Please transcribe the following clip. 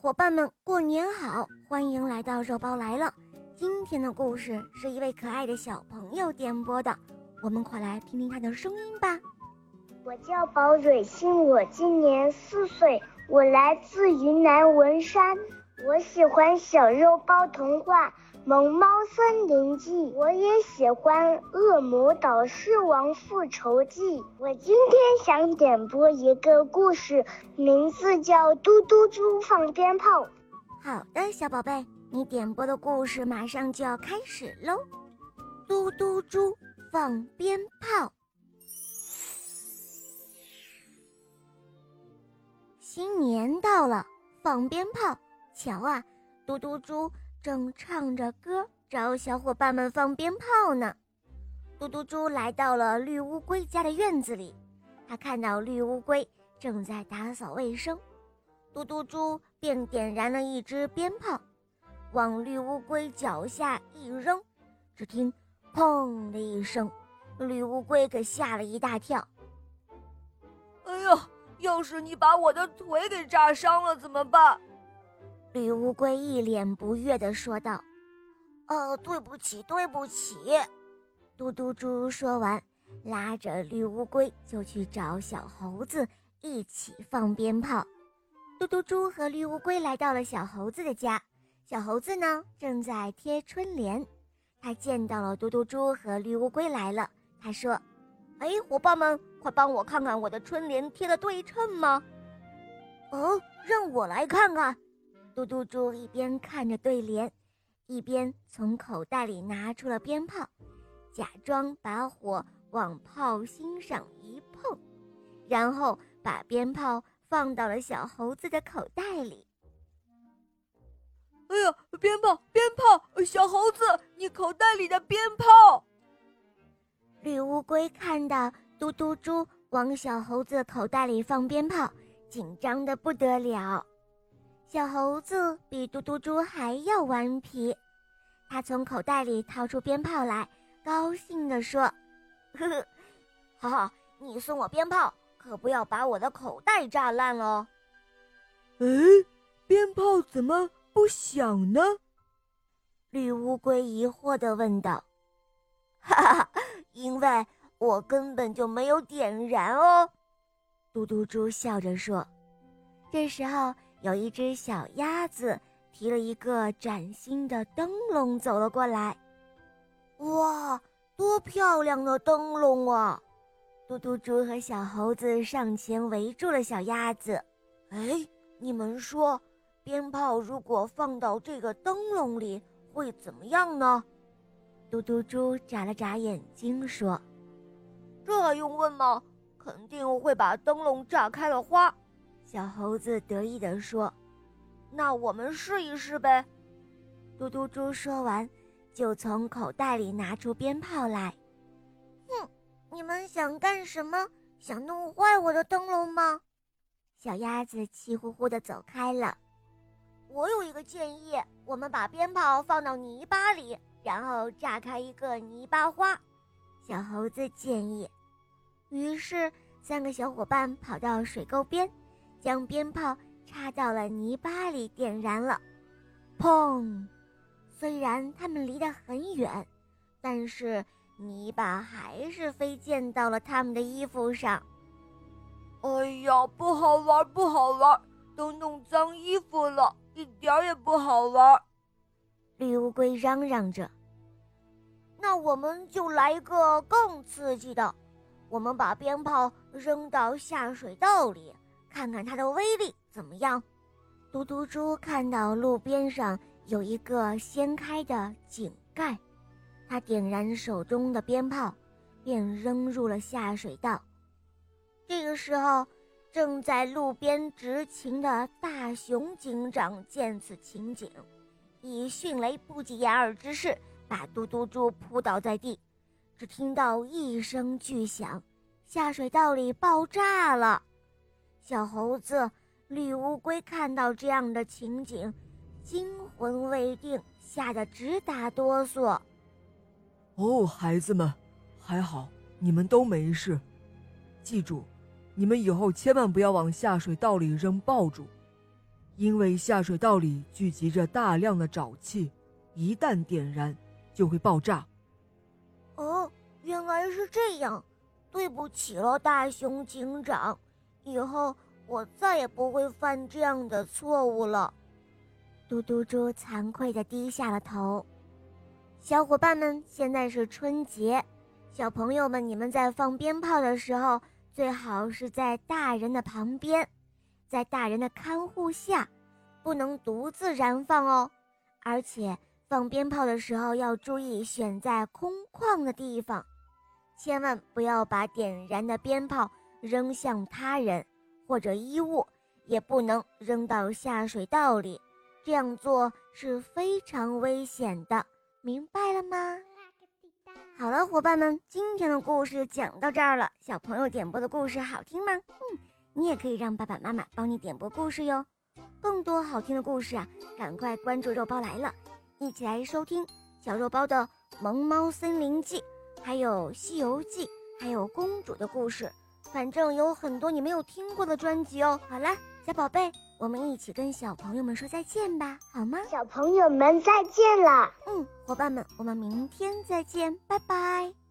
伙伴们，过年好！欢迎来到肉包来了。今天的故事是一位可爱的小朋友点播的，我们快来听听他的声音吧。 我叫宝蕊欣，我今年4岁，我来自云南文山。我喜欢小肉包童话《萌猫森林记》，我也喜欢《恶魔岛狮王复仇记》。我今天想点播一个故事，名字叫《嘟嘟猪放鞭炮》。 好的，小宝贝，你点播的故事马上就要开始喽。嘟嘟猪放鞭炮。新年到了，放鞭炮。瞧啊，嘟嘟猪正唱着歌找小伙伴们放鞭炮呢。嘟嘟猪来到了绿乌龟家的院子里，他看到绿乌龟正在打扫卫生，嘟嘟猪便点燃了一支鞭炮，往绿乌龟脚下一扔，只听砰的一声，绿乌龟给吓了一大跳。 哎呀，要是你把我的腿给炸伤了怎么办？ 绿乌龟一脸不悦地说道。对不起。嘟嘟猪说完，拉着绿乌龟就去找小猴子一起放鞭炮。嘟嘟猪和绿乌龟来到了小猴子的家，小猴子呢正在贴春联。他见到了嘟嘟猪和绿乌龟来了，他说：伙伴们，快帮我看看我的春联贴得对称吗？让我来看看。嘟嘟猪一边看着对联，一边从口袋里拿出了鞭炮，假装把火往炮芯上一碰，然后把鞭炮放到了小猴子的口袋里。 哎呀，鞭炮！小猴子，你口袋里的鞭炮！ 绿乌龟看到嘟嘟猪往小猴子口袋里放鞭炮，紧张得不得了。小猴子比嘟嘟猪还要顽皮，他从口袋里掏出鞭炮来，高兴地说：呵呵，哈哈，你送我鞭炮，可不要把我的口袋炸烂了。 鞭炮怎么不响呢？ 绿乌龟疑惑地问道。哈哈，因为我根本就没有点燃哦。嘟嘟猪笑着说。这时候有一只小鸭子提了一个崭新的灯笼走了过来。哇，多漂亮的灯笼啊！嘟嘟猪和小猴子上前围住了小鸭子。你们说，鞭炮如果放到这个灯笼里会怎么样呢？嘟嘟猪眨了眨眼睛说： 这还用问吗？肯定会把灯笼炸开了花。 小猴子得意地说。 那我们试一试呗。 嘟嘟猪说完，就从口袋里拿出鞭炮来。你们想干什么？想弄坏我的灯笼吗？小鸭子气呼呼地走开了。我有一个建议，我们把鞭炮放到泥巴里，然后炸开一个泥巴花。小猴子建议。于是3个小伙伴跑到水沟边，将鞭炮插到了泥巴里点燃了。砰！虽然他们离得很远，但是泥巴还是飞溅到了他们的衣服上。 哎呀，不好玩，都弄脏衣服了，一点也不好玩。 绿乌龟嚷嚷着。那我们就来一个更刺激的，我们把鞭炮扔到下水道里，看看它的威力怎么样？嘟嘟猪看到路边上有一个掀开的井盖，他点燃手中的鞭炮，便扔入了下水道。这个时候，正在路边执勤的大熊警长见此情景，以迅雷不及掩耳之势把嘟嘟猪扑倒在地。只听到一声巨响，下水道里爆炸了。小猴子、绿乌龟看到这样的情景，惊魂未定，吓得直打哆嗦。 孩子们，还好你们都没事。记住，你们以后千万不要往下水道里扔爆竹， 因为下水道里聚集着大量的沼气，一旦点燃就会爆炸。 哦，原来是这样，对不起了，大熊警长，以后我再也不会犯这样的错误了。嘟嘟猪惭愧地低下了头。小伙伴们，现在是春节，小朋友们，你们在放鞭炮的时候，最好是在大人的旁边，在大人的看护下，不能独自燃放哦。而且放鞭炮的时候要注意选在空旷的地方，千万不要把点燃的鞭炮扔向他人或者衣物，也不能扔到下水道里，这样做是非常危险的，明白了吗？好了，伙伴们，今天的故事讲到这儿了。小朋友点播的故事好听吗？你也可以让爸爸妈妈帮你点播故事哟。更多好听的故事啊，赶快关注肉包来了，一起来收听小肉包的《萌猫森林记》，还有《西游记》，还有公主的故事，反正有很多你没有听过的专辑哦。好啦，小宝贝，我们一起跟小朋友们说再见吧，好吗？ 小朋友们再见了。 伙伴们，我们明天再见，拜拜。